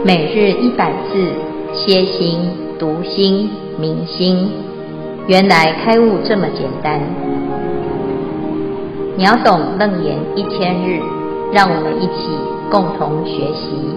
每日100字，歇心、读心、明心，原来开悟这么简单。秒懂楞严1000日，让我们一起共同学习。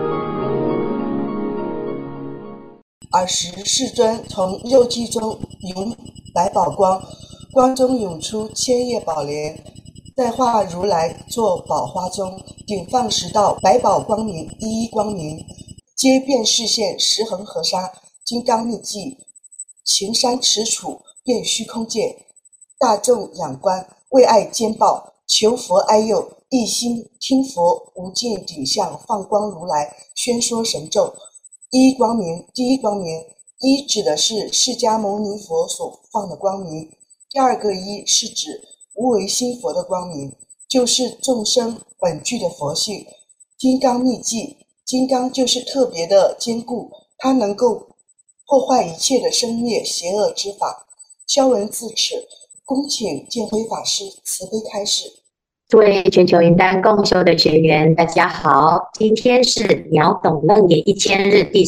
尔时世尊从肉髻中涌百宝光，光中涌出千叶宝莲，在化如来作宝花中，顶放10道百宝光明，一一光明，皆遍示现10恒河沙、金刚密技、情山持杵，遍虚空界。大众仰观，为爱兼报，求佛哀佑，一心听佛无尽顶相放光如来宣说神咒。一一光明，第一光明，一指的是释迦牟尼佛所放的光明，第二个一是指无为心佛的光明，就是众生本具的佛性。金刚密技，金刚就是特别的坚固，它能够破坏一切的生灭邪恶之法。消文字此，恭请建辉法师慈悲开示。 诸位全球云端共修的学员，大家好，今天是秒懂楞严1000日第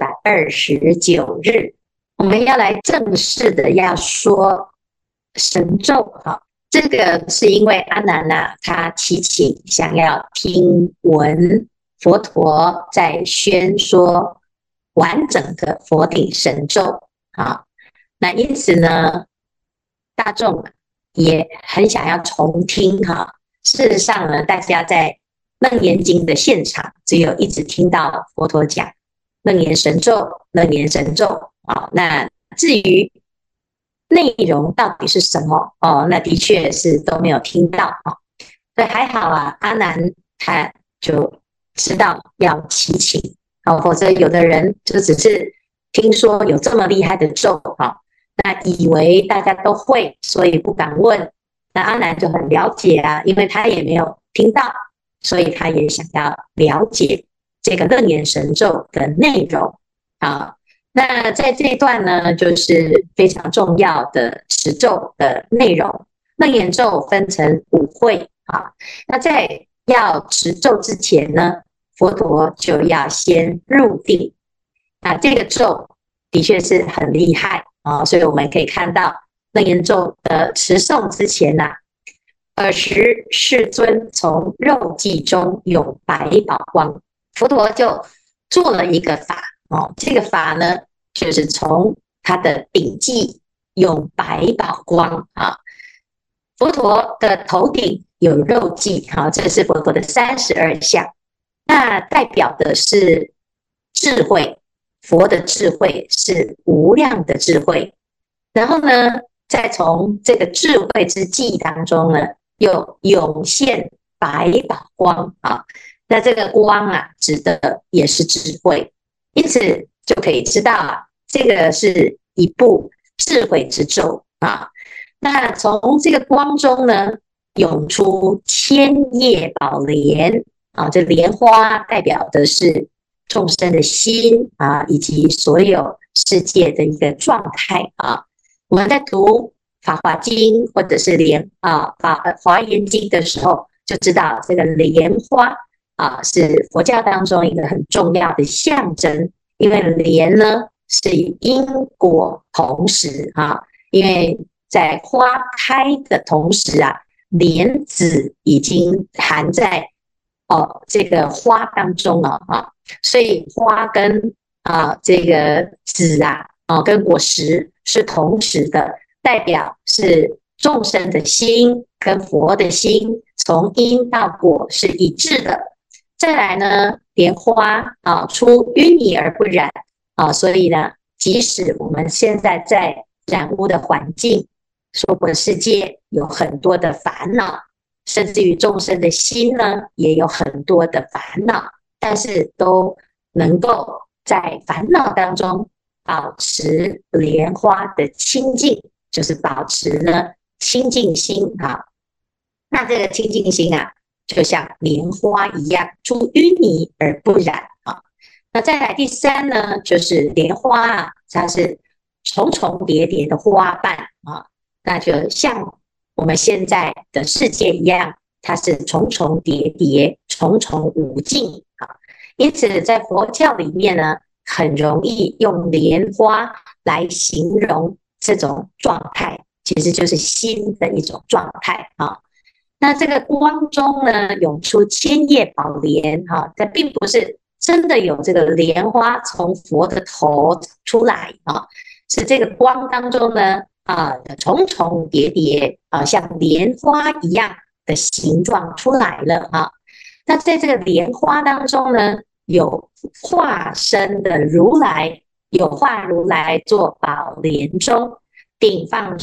429日，我们要来正式的要说神咒。这个是因为阿难他祈请想要听闻佛陀在宣说完整的佛顶神咒。那因此呢，大众也很想要重听。事实上呢，大家在楞严经的现场，只有一直听到佛陀讲楞严神咒，楞严神咒。那至于内容到底是什么那的确是都没有听到。所以还好阿难他就知道要祈请，否则有的人就只是听说有这么厉害的咒，那以为大家都会，所以不敢问。那阿难就很了解因为他也没有听到，所以他也想要了解这个楞严神咒的内容。那在这一段呢，就是非常重要的持咒的内容。楞严咒分成5会。那在要持咒之前呢，佛陀就要先入定。这个咒的确是很厉害所以我们可以看到楞严咒的持诵之前尔时世尊从肉髻中涌百宝光，佛陀就做了一个法这个法呢，就是从他的顶髻涌百宝光佛陀的头顶有肉髻这是佛陀的32相，那代表的是智慧，佛的智慧是无量的智慧。然后呢，再从这个智慧之髻当中呢，又涌现百宝光那这个光指的也是智慧，因此就可以知道这个是一部智慧之咒那从这个光中呢，涌出千叶宝莲这莲花代表的是众生的心以及所有世界的一个状态我们在读法华经或者是华严经的时候，就知道这个莲花是佛教当中一个很重要的象征。因为莲呢是因果同时因为在花开的同时莲子已经含在这个花当中了所以花跟这个籽跟果实是同时的，代表是众生的心跟佛的心从因到果是一致的。再来呢，莲花出淤泥而不染所以呢，即使我们现在在染污的环境，娑婆世界有很多的烦恼，甚至于众生的心呢也有很多的烦恼，但是都能够在烦恼当中保持莲花的清净，就是保持呢清净心那这个清净心就像莲花一样，出淤泥而不染那再来第3呢，就是莲花它是重重叠叠的花瓣那就像我们现在的世界一样，它是重重叠叠，重重无尽因此在佛教里面呢，很容易用莲花来形容这种状态，其实就是心的一种状态啊。那这个光中呢，涌出千叶宝莲哈，这并不是真的有这个莲花从佛的头出来啊，是这个光当中呢重重叠叠像莲花一样的形状出来了啊。那在这个莲花当中呢，有化身的如来，有化如来做宝莲中，顶放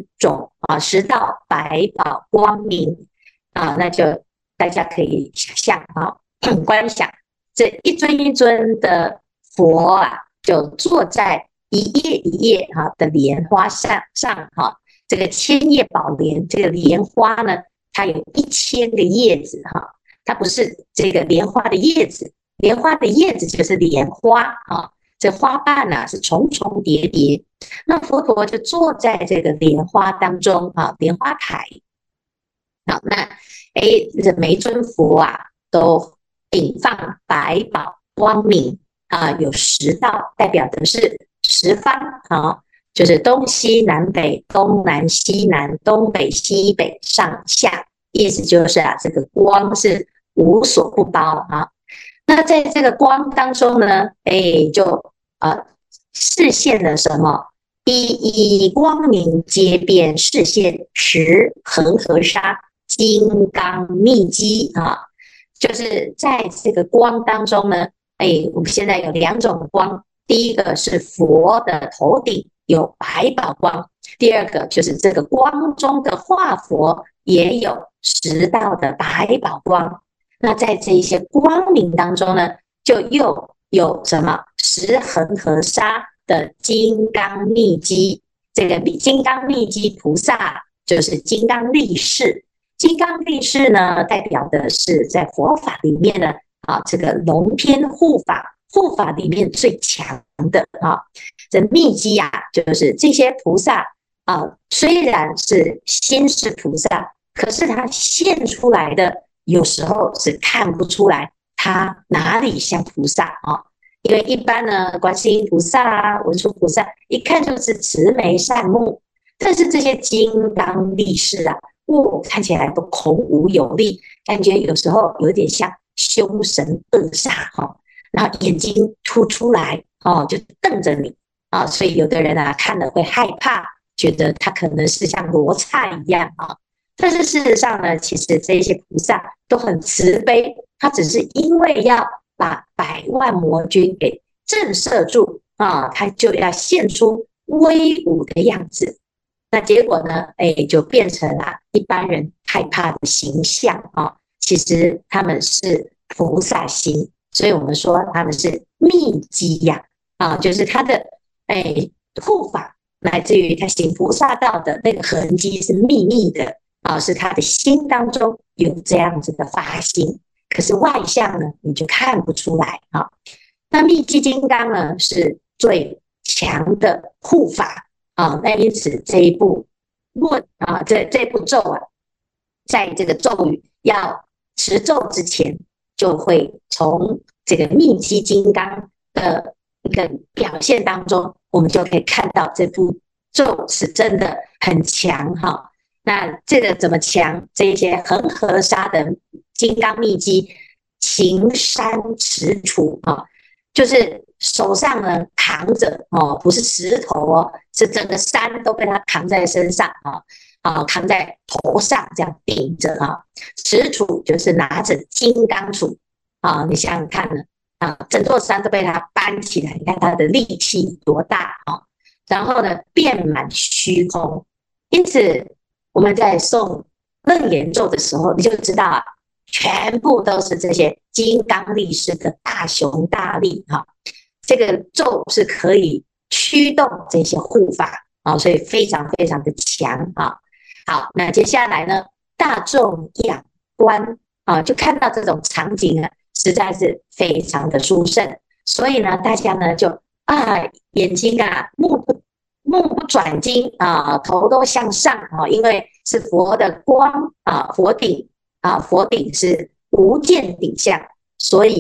10道百宝光明那就大家可以想象观想这一尊一尊的佛就坐在一叶一叶的莲花上这个千叶宝莲，这个莲花呢，它有1000个叶子它不是这个莲花的叶子，莲花的叶子就是莲花这花瓣是重重叠叠。那佛陀就坐在这个莲花当中莲花台。好，那这每尊佛都顶放百宝光明有10道，代表的是10方就是东西南北、东南西南、东北西北、上下，意思就是这个光是无所不包那在这个光当中呢，就示现了什么？一光明皆遍示现10恒河沙金刚密机就是在这个光当中呢，我们现在有2种光，第一个是佛的头顶有百宝光，第二个就是这个光中的化佛也有10道的百宝光。那在这一些光明当中呢，就又有什么10恒河沙的金刚密机，这个金刚密机菩萨就是金刚力士。金刚力士呢，代表的是在佛法里面呢这个龙天护法里面最强的这密机就是这些菩萨虽然是心是菩萨，可是他现出来的有时候是看不出来他哪里像菩萨因为一般呢，观世音菩萨文殊菩萨一看就是慈眉善目，但是这些金刚力士看起来都孔武有力，感觉有时候有点像凶神恶煞然后眼睛凸出来就瞪着你所以有的人看了会害怕，觉得他可能是像罗刹一样但是事实上呢，其实这些菩萨都很慈悲，他只是因为要把百万魔军给震慑住他就要现出威武的样子。那结果呢，就变成了一般人害怕的形象其实他们是菩萨心，所以我们说他们是密机就是他的护法来自于他行菩萨道的那个痕迹是秘密的是他的心当中有这样子的发心，可是外相呢你就看不出来那密机金刚呢是最强的护法那因此这一部这部咒在这个咒语要持咒之前，就会从这个密机金刚的一个表现当中，我们就可以看到这部咒是真的很强那这个怎么强？这些恒河沙的金刚密机擎山持杵就是手上呢扛着不是石头是整个山都被他扛在身上扛在头上这样顶着持杵就是拿着金刚杵你想想看呢整座山都被他搬起来，你看他的力气多大然后呢遍满虚空。因此我们在诵楞严咒的时候，你就知道全部都是这些金刚力士的大雄大力这个咒是可以驱动这些护法所以非常非常的强好，那接下来呢，大众仰观就看到这种场景实在是非常的殊胜，所以呢，大家呢就眼睛目不转睛头都向上因为是佛的光佛顶是无见顶相，所以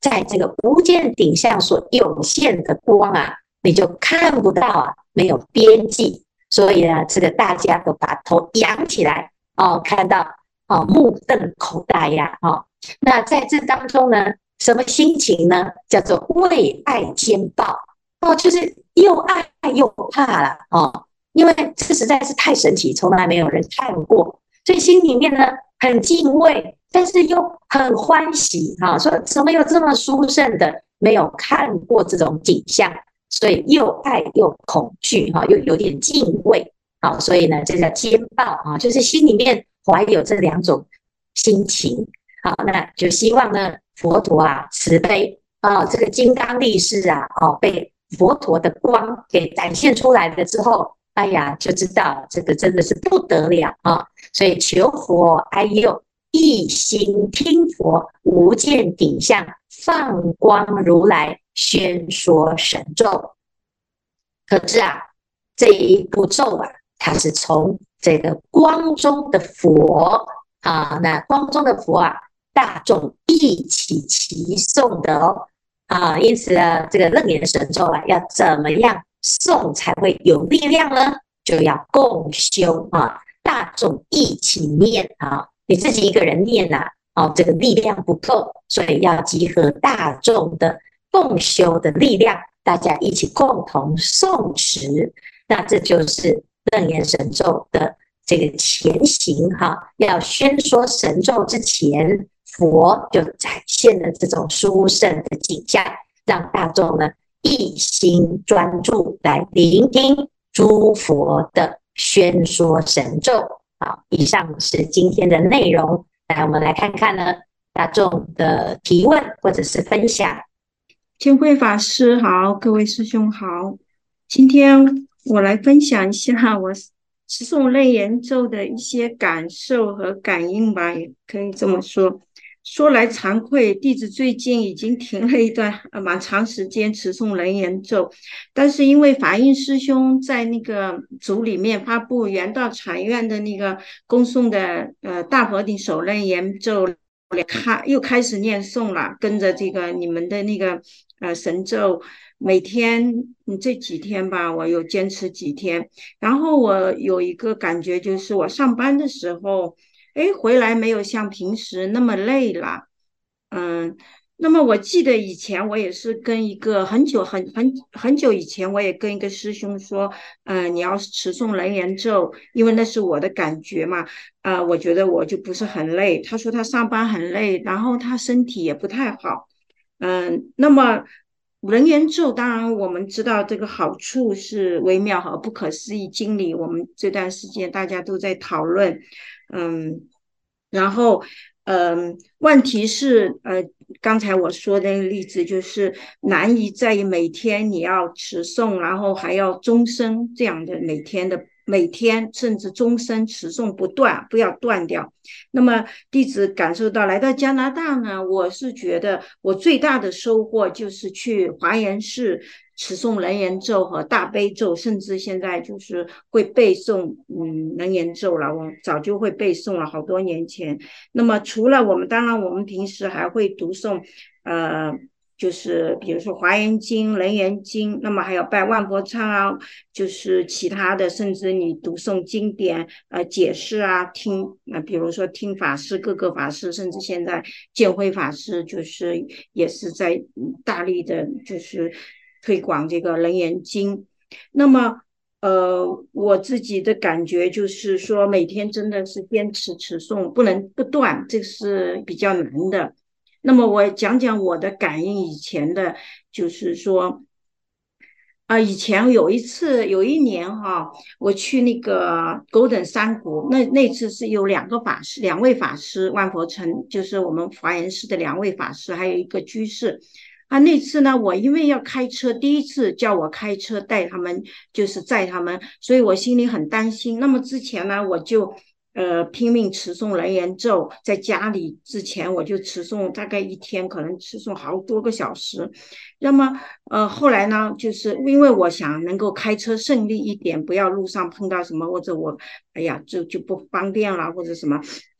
在这个无间顶相所有限的光啊，你就看不到啊，没有边际。所以呢，这个大家都把头仰起来哦，看到哦，目瞪口呆呀哦。那在这当中呢，什么心情呢？叫做为爱兼报哦，就是又爱又怕了哦，因为这实在是太神奇，从来没有人看过，所以心里面呢很敬畏，但是又很欢喜哈、说怎么有这么殊胜的，没有看过这种景象，所以又爱又恐惧哈、又有点敬畏。好，所以呢，这叫兼报啊，就是心里面怀有这两种心情。好，那就希望呢，佛陀啊慈悲啊，这个金刚力士啊，哦，被佛陀的光给展现出来了之后，哎呀，就知道这个真的是不得了啊！所以求佛哎呦，一心听佛，无见顶相，放光如来宣说神咒。可知啊，这一部咒啊，它是从这个光中的佛啊，那光中的佛啊，大众一起齐诵的哦啊，因此呢，这个楞严神咒啊，要怎么样诵才会有力量呢？就要共修啊，大众一起念啊，你自己一个人念呐、哦，这个力量不够，所以要集合大众的共修的力量，大家一起共同诵持。那这就是楞严神咒的这个前行哈，要宣说神咒之前，佛就展现了这种殊胜的景象，让大众呢一心专注来聆听诸佛的宣说神咒。好，以上是今天的内容。来，我们来看看呢大众的提问或者是分享。 千惠法师好，各位师兄好。今天我来分享一下我持诵楞严咒的一些感受和感应吧，也可以这么说。说来惭愧，弟子最近已经停了一段蛮长时间持诵楞严咒，但是因为法印师兄在那个组里面发布圆道禅院的那个恭诵的大佛顶首楞严咒。又开始念诵了，跟着这个你们的那个神咒，每天这几天吧，我有坚持几天，然后我有一个感觉，就是我上班的时候，哎，回来没有像平时那么累了，嗯。那么我记得以前我也是跟一个很久以前，我也跟一个师兄说，你要持诵楞严咒，因为那是我的感觉嘛，我觉得我就不是很累。他说他上班很累，然后他身体也不太好。那么人言咒，当然我们知道这个好处是微妙和不可思议经理，我们这段时间大家都在讨论。嗯，然后问题是刚才我说的那个例子就是难以在于每天你要持诵，然后还要终身这样的每天甚至终身持诵不断，不要断掉。那么弟子感受到来到加拿大呢，我是觉得我最大的收获就是去华严寺持诵楞严咒和大悲咒，甚至现在就是会背诵楞严咒了，我早就会背诵了，好多年前。那么除了当然我们平时还会读诵就是比如说华严经、楞严经，那么还有拜万佛忏啊，就是其他的，甚至你读诵经典解释啊，比如说听法师各个法师，甚至现在建辉法师就是也是在大力的就是推广这个楞严经。那么我自己的感觉就是说，每天真的是坚持持诵，不能不断，这是比较难的。那么我讲讲我的感应，以前的，就是说，以前有一年哈，我去那个 Golden 山谷，那次是有两位法师，万佛城就是我们华严寺的两位法师，还有一个居士。那次呢，我因为要开车，第一次叫我开车带他们，就是载他们，所以我心里很担心。那么之前呢，我就拼命持诵楞严咒，在家里之前我就持诵，大概一天可能持诵好多个小时。那么后来呢，就是因为我想能够开车顺利一点，不要路上碰到什么或者我哎呀就不方便了或者什么。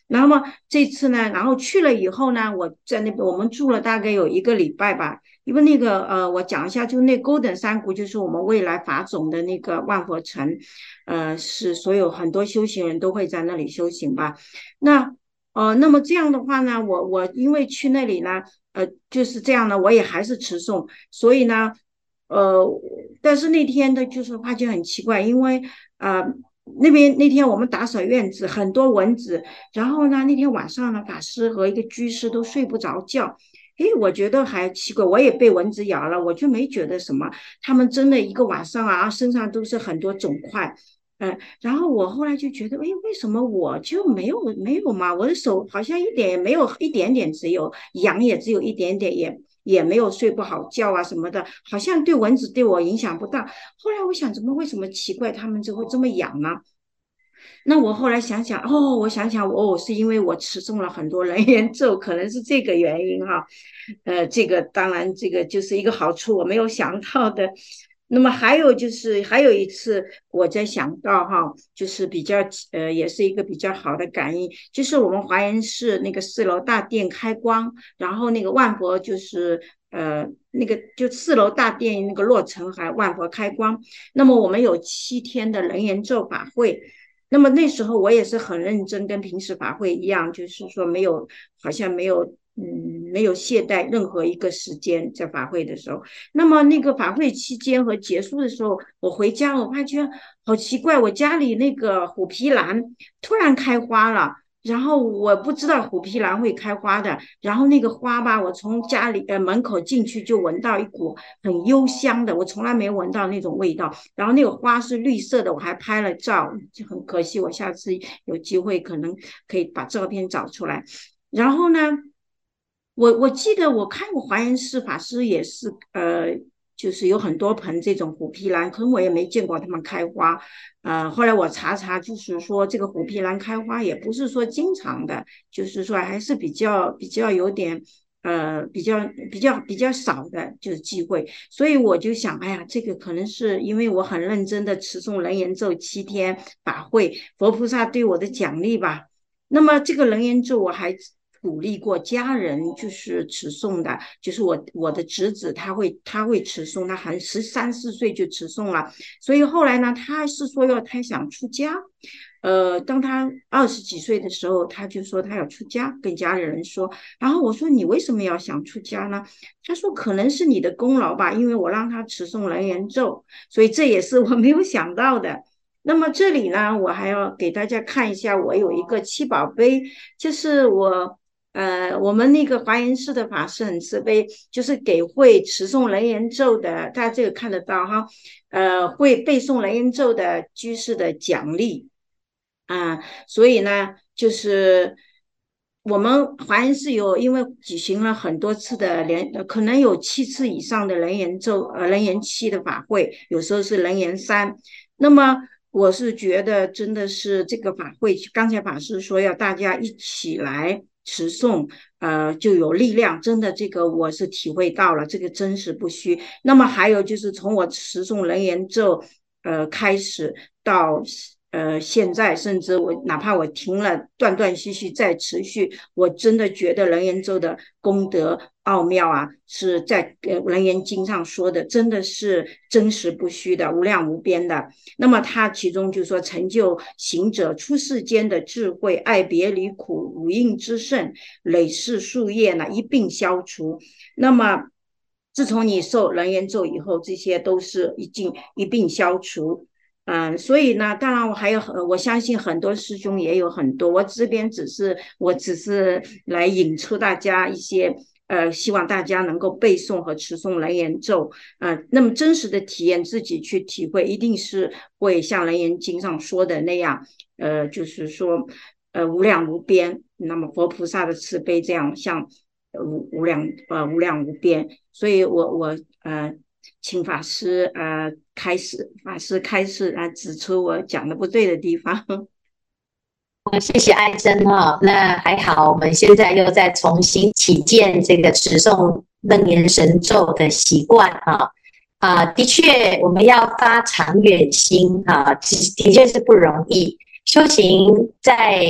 那么这次呢，然后去了以后呢，我在那边我们住了大概有1个礼拜吧。因为那个我讲一下，就那勾等山谷，就是我们未来法种的那个万佛城，是所有很多修行人都会在那里修行吧。那么这样的话呢，我因为去那里呢，就是这样呢，我也还是持诵，所以呢，呃，但是那天的就是发觉很奇怪，因为呃那天我们打扫院子，很多蚊子，然后呢那天晚上呢，法师和一个居士都睡不着觉。诶，我觉得还奇怪，我也被蚊子咬了，我就没觉得什么。他们真的一个晚上啊，身上都是很多肿块。然后我后来就觉得，诶，为什么我就没有嘛？我的手好像一点也没有，一点点只有痒，也只有一点点，也没有睡不好觉啊什么的，好像对蚊子对我影响不大。后来我想，为什么奇怪他们就会这么痒呢？那我后来想想，我想想，是因为我持诵了很多人言咒，可能是这个原因哈。这个当然，这个就是一个好处，我没有想到的。那么还有就是，还有一次我在想到哈，就是比较也是一个比较好的感应，就是我们华严寺那个4楼大殿开光，然后那个万佛就是那个就4楼大殿那个落成还万佛开光，那么我们有7天的人言咒法会。那么那时候我也是很认真，跟平时法会一样，就是说好像没有懈怠任何一个时间在法会的时候。那么那个法会期间和结束的时候，我回家，我发觉好奇怪，我家里那个虎皮兰突然开花了。然后我不知道虎皮兰会开花的，然后那个花吧，我从家里门口进去就闻到一股很幽香的，我从来没闻到那种味道。然后那个花是绿色的，我还拍了照，就很可惜，我下次有机会可能可以把照片找出来。然后呢，我记得我看过华严寺法师也是就是有很多盆这种虎皮兰，可能我也没见过它们开花。后来我查查，就是说这个虎皮兰开花也不是说经常的，就是说还是比较有点比较少的就是机会。所以我就想，哎呀，这个可能是因为我很认真的持诵人言咒7天法会，佛菩萨对我的奖励吧。那么这个人言咒我还鼓励过家人，就是持诵的，就是我的侄子他会持诵，他还13、14岁就持诵了。所以后来呢，他是说他想出家。当他20几岁的时候，他就说他要出家，跟家里人说。然后我说你为什么要想出家呢？他说可能是你的功劳吧，因为我让他持诵人言咒，所以这也是我没有想到的。那么这里呢，我还要给大家看一下，我有一个七宝杯，就是我们那个华严寺的法师很慈悲，就是给会持诵人言咒的，大家这个看得到哈，会背诵人言咒的居士的奖励。所以呢，就是我们华严寺因为举行了很多次的可能有7次以上的人言咒人言7的法会，有时候是人言3。那么我是觉得真的是这个法会，刚才法师说要大家一起来持诵，就有力量，真的这个我是体会到了，这个真实不虚。那么还有就是从我持诵人言咒开始到现在，甚至哪怕我停了，断断续续再持续，我真的觉得人言咒的功德奥妙啊，是在人言经上说的，真的是真实不虚的，无量无边的。那么它其中就说成就行者出世间的智慧，爱别离苦，五蕴之胜，累世树叶呢一并消除。那么自从你受人言咒以后，这些都是一并消除。所以呢，当然我相信很多师兄也有很多，我这边我只是来引出大家一些希望大家能够背诵和持诵人言咒。那么真实的体验，自己去体会，一定是会像人言经上说的那样，就是说无量无边。那么佛菩萨的慈悲这样像无量无边。所以我请法师法师开始来指出我讲的不对的地方。 谢谢爱珍哈，那还好，我们现在又再重新起见这个持诵楞严神咒的习惯的确我们要发长远心的确是不容易。修行在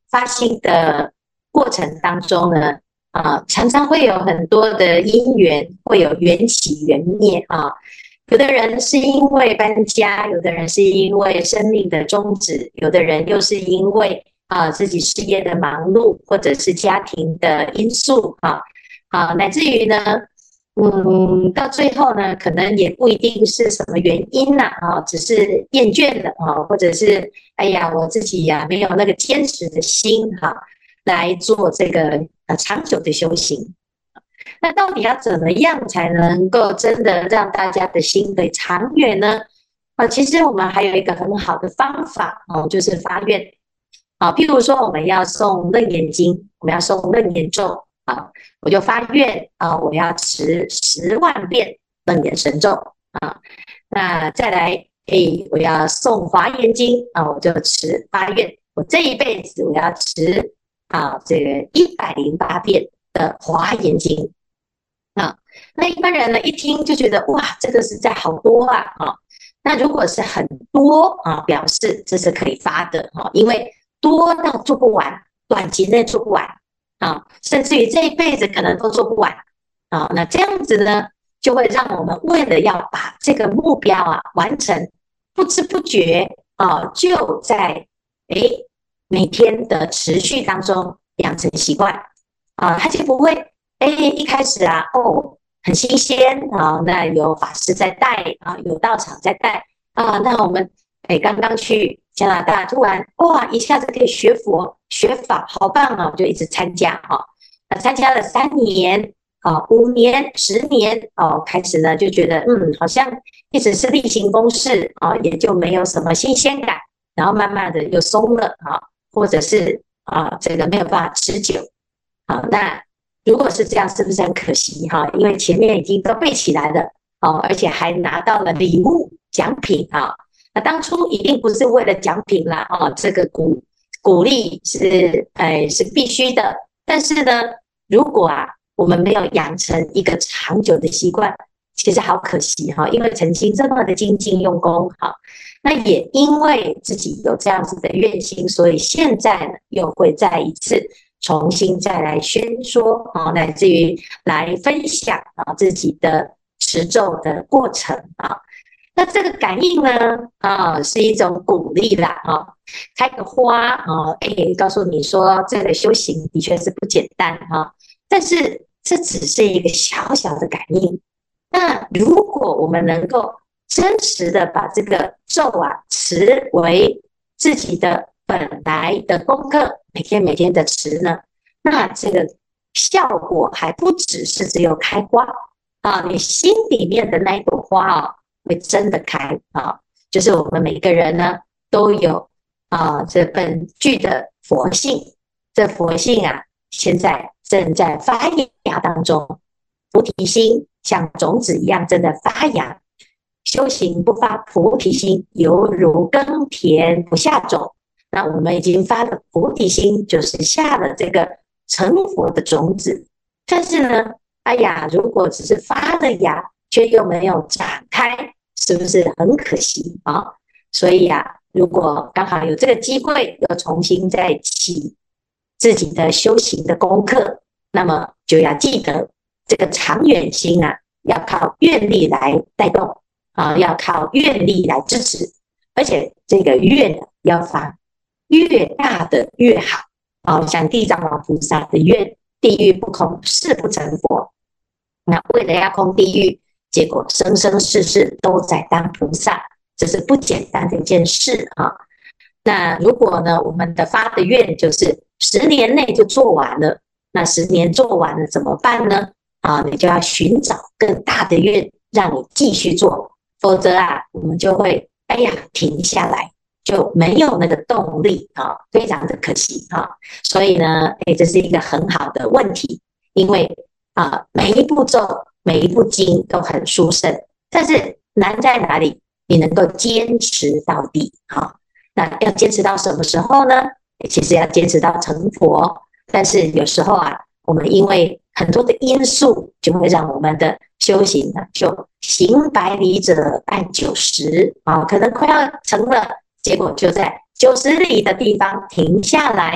发心的过程当中呢，常常会有很多的因缘，会有缘起缘灭啊。有的人是因为搬家，有的人是因为生命的终止，有的人又是因为自己事业的忙碌，或者是家庭的因素乃至于呢，到最后呢，可能也不一定是什么原因啦只是厌倦了或者是哎呀，我自己没有那个坚持的心来做这个长久的修行。那到底要怎么样才能够真的让大家的心可以长远呢？其实我们还有一个很好的方法就是发愿譬如说我们要诵楞严经，我们要诵楞严咒我就发愿我要持10万遍楞严神咒那再来我要诵华严经我就发愿，我这一辈子我要持这个108遍的华严经那一般人呢一听就觉得哇，这个实在好多那如果是很多表示这是可以发的因为多到做不完，短期内做不完甚至于这一辈子可能都做不完那这样子呢，就会让我们为了要把这个目标完成，不知不觉就在每天的持续当中养成习惯他就不会一开始很新鲜那有法师在带有道场在带那我们刚刚去加拿大，突然哇一下子可以学佛学法，好棒就一直参加参加了3年5年10年开始呢就觉得好像一直是例行公事也就没有什么新鲜感，然后慢慢的又松了或者是这个没有办法持久那如果是这样是不是很可惜因为前面已经都背起来了而且还拿到了礼物奖品那当初一定不是为了奖品啦这个鼓励是必须的，但是呢如果我们没有养成一个长久的习惯，其实好可惜因为曾经这么的精进用功那也因为自己有这样子的愿心，所以现在呢又会再一次重新再来宣说乃至于来分享自己的持咒的过程那这个感应呢是一种鼓励啦开个花告诉你说这个修行的确是不简单但是这只是一个小小的感应。那如果我们能够真实的把这个咒持为自己的本来的功课，每天的持呢，那这个效果还不只是只有开花你心里面的那一朵花会真的开就是我们每个人呢都有这本具的佛性，这佛性现在正在发芽当中，菩提心像种子一样正在发芽。修行不发菩提心，犹如耕田不下种。那我们已经发了菩提心，就是下了这个成佛的种子。但是呢，如果只是发了芽，却又没有展开，是不是很可惜所以如果刚好有这个机会，又重新再起自己的修行的功课，那么就要记得这个长远心要靠愿力来带动要靠愿力来支持，而且这个愿要发越大的越好像地藏王菩萨的愿，地狱不空，誓不成佛。那为了要空地狱，结果生生世世都在当菩萨，这是不简单的一件事那如果呢，我们的发的愿就是10年内就做完了，那10年做完了怎么办呢？你就要寻找更大的愿，让你继续做，否则我们就会停下来，就没有那个动力非常的可惜所以呢，这是一个很好的问题，因为每一步咒、每一部经都很殊胜，但是难在哪里？你能够坚持到底那要坚持到什么时候呢？其实要坚持到成佛，但是有时候我们因为很多的因素，就会让我们的修行呢，就行百里者半90可能快要成了，结果就在90里的地方停下来，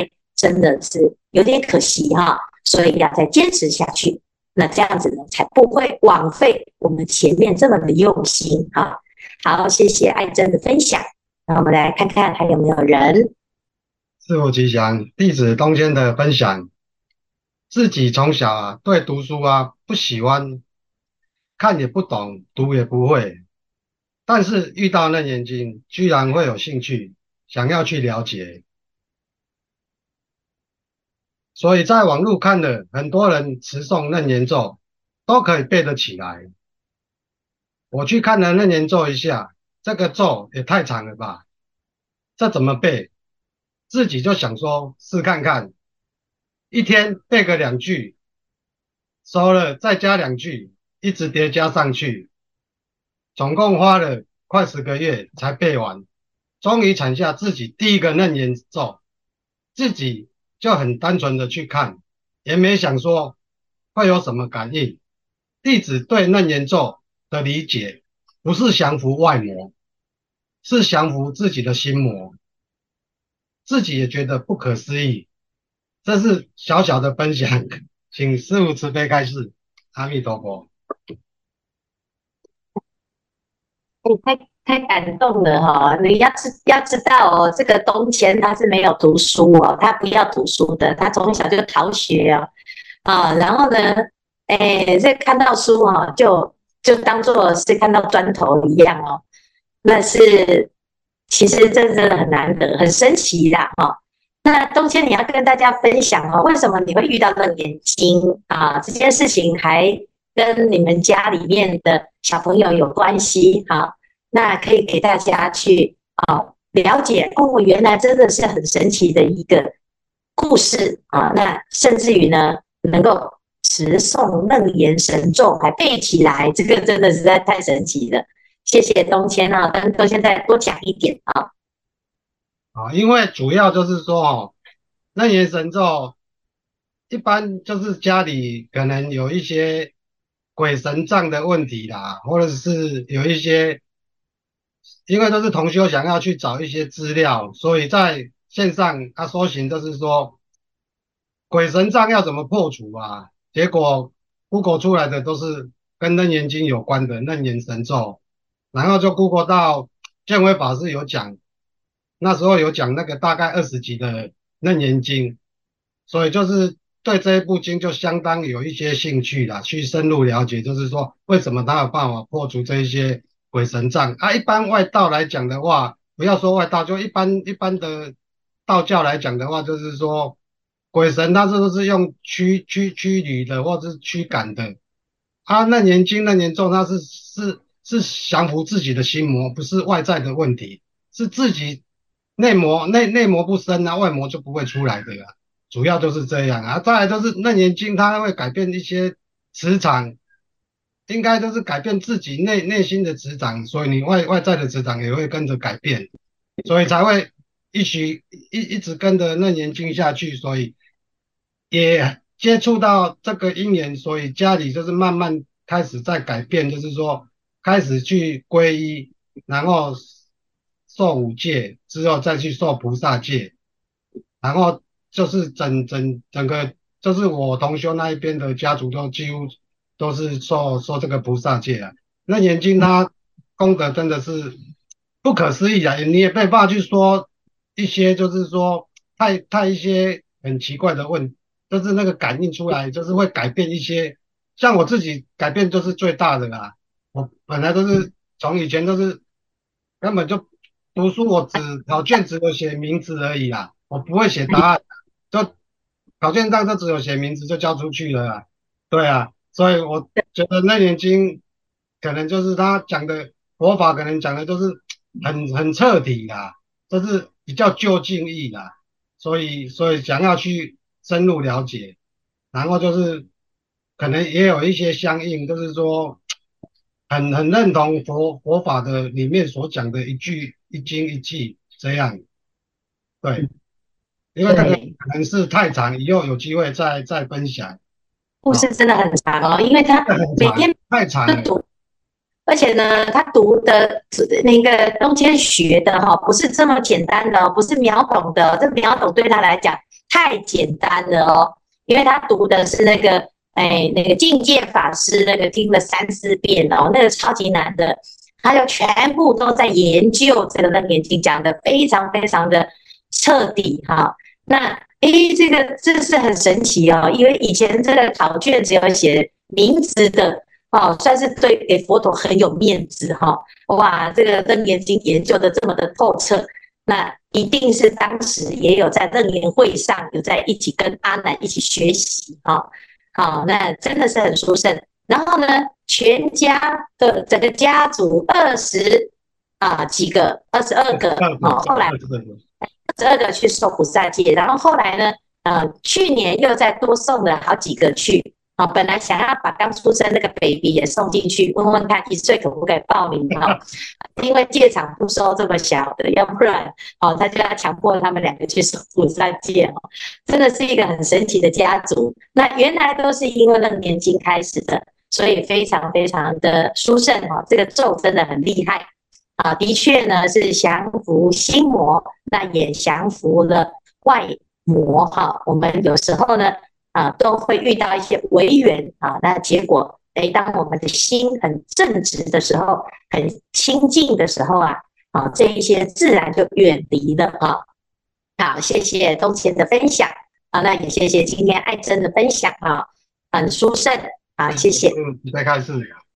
真的是有点可惜哈，所以要再坚持下去。那这样子呢，才不会枉费我们前面这么的用心哈。好，谢谢爱珍的分享。那我们来看看还有没有人。 师父吉祥，弟子东迁的分享，自己从小对读书不喜欢，看也不懂，读也不会，但是遇到楞严经，居然会有兴趣，想要去了解。所以在网络看了很多人持诵楞严咒，都可以背得起来。我去看了楞严咒一下，这个咒也太长了吧，这怎么背？自己就想说试看看，一天背个2句，熟了再加2句，一直叠加上去，总共花了快10个月才背完，终于产下自己第一个楞严咒，自己就很单纯的去看，也没想说会有什么感应。弟子对楞严咒的理解，不是降服外魔，是降服自己的心魔，自己也觉得不可思议。这是小小的分享，请师父慈悲开示。阿弥陀佛。 太感动了哈！你要知道哦，这个东迁他是没有读书哦，他不要读书的，他从小就逃学哦，然后呢，这看到书哦，就当做是看到砖头一样哦，那是其实这真的很难得，很神奇啦哈。那东迁你要跟大家分享哦，为什么你会遇到楞严经啊？这件事情还跟你们家里面的小朋友有关系哈。那可以给大家去了解哦，原来真的是很神奇的一个故事啊！那甚至于呢，能够持诵楞严神咒还背起来，这个真的实在太神奇了。谢谢东迁啊，跟东迁再多讲一点啊。 因为主要就是说楞严神咒一般就是家里可能有一些鬼神障的问题啦，或者是有一些。因为都是同修想要去找一些资料，所以在线上搜寻就是说鬼神障要怎么破除结果 Google 出来的都是跟楞严经有关的楞严神咒，然后就 Google 到建辉法师有讲，那时候有讲那个大概20集的楞严经，所以就是对这一部经就相当有一些兴趣啦，去深入了解，就是说为什么他有办法破除这一些鬼神障一般外道来讲的话，不要说外道，就一般的道教来讲的话，就是说鬼神它都是用驱离的，或者是驱赶的。楞严经、楞严咒，它是降服自己的心魔，不是外在的问题，是自己内魔不生外魔就不会出来的主要就是这样再来就是楞严经，它会改变一些磁场。应该都是改变自己内心的磁场，所以你外在的磁场也会跟着改变，所以才会一直跟着楞严经下去，所以也接触到这个因缘，所以家里就是慢慢开始在改变，就是说开始去皈依，然后受5戒之后再去受菩萨戒，然后就是整个就是我同修那一边的家族都几乎都是受这个菩萨戒楞严经它功德真的是不可思议你也没办法去说一些就是说太一些很奇怪的就是那个感应出来，就是会改变一些，像我自己改变就是最大的我本来都是从以前都是根本就读书，我考卷只有写名字而已我不会写答案，就考卷上就只有写名字就交出去了对所以我觉得楞严经可能就是他讲的佛法，可能讲的都是很彻底就是比较就近义所以想要去深入了解，然后就是可能也有一些相应，就是说很认同佛法的里面所讲的一句一经一句这样，对，因为这个可能是太长，以后有机会再分享。 故事真的很长因为他每天太长了读，而且呢，他读的那个东迁学的不是这么简单的不是秒懂的，这秒懂对他来讲太简单了哦，因为他读的是那个境界法师那个听了3、4遍哦，那个超级难的，他就全部都在研究这个楞严经，讲的非常非常的彻底哈。那这是很神奇哦，因为以前这个考卷只有写名字的哦，算是给佛陀很有面子哈。哇，这个楞严经研究的这么的透彻，那一定是当时也有在楞严会上有在一起跟阿难一起学习哈。好，那真的是很殊胜。然后呢，全家的整个家族几个22个哦，后来22个去受菩萨戒，然后后来呢，去年又再多送了好几个去。啊，本来想要把刚出生那个 baby 也送进去，问问看1岁可不可以报名哈？因为戒场不收这么小的，要不然他就要强迫他们2个去受菩萨戒哦，真的是一个很神奇的家族。那原来都是因为楞严经开始的，所以非常非常的殊胜哦，这个咒真的很厉害啊，的确呢是降服心魔，那也降服了外魔哈。我们有时候呢。都会遇到一些违缘啊，那结果，当我们的心很正直的时候，很清净的时候这一些自然就远离了啊。好，谢谢东贤的分享啊，那也谢谢今天爱珍的分享啊，很殊胜啊，谢谢。 再开始。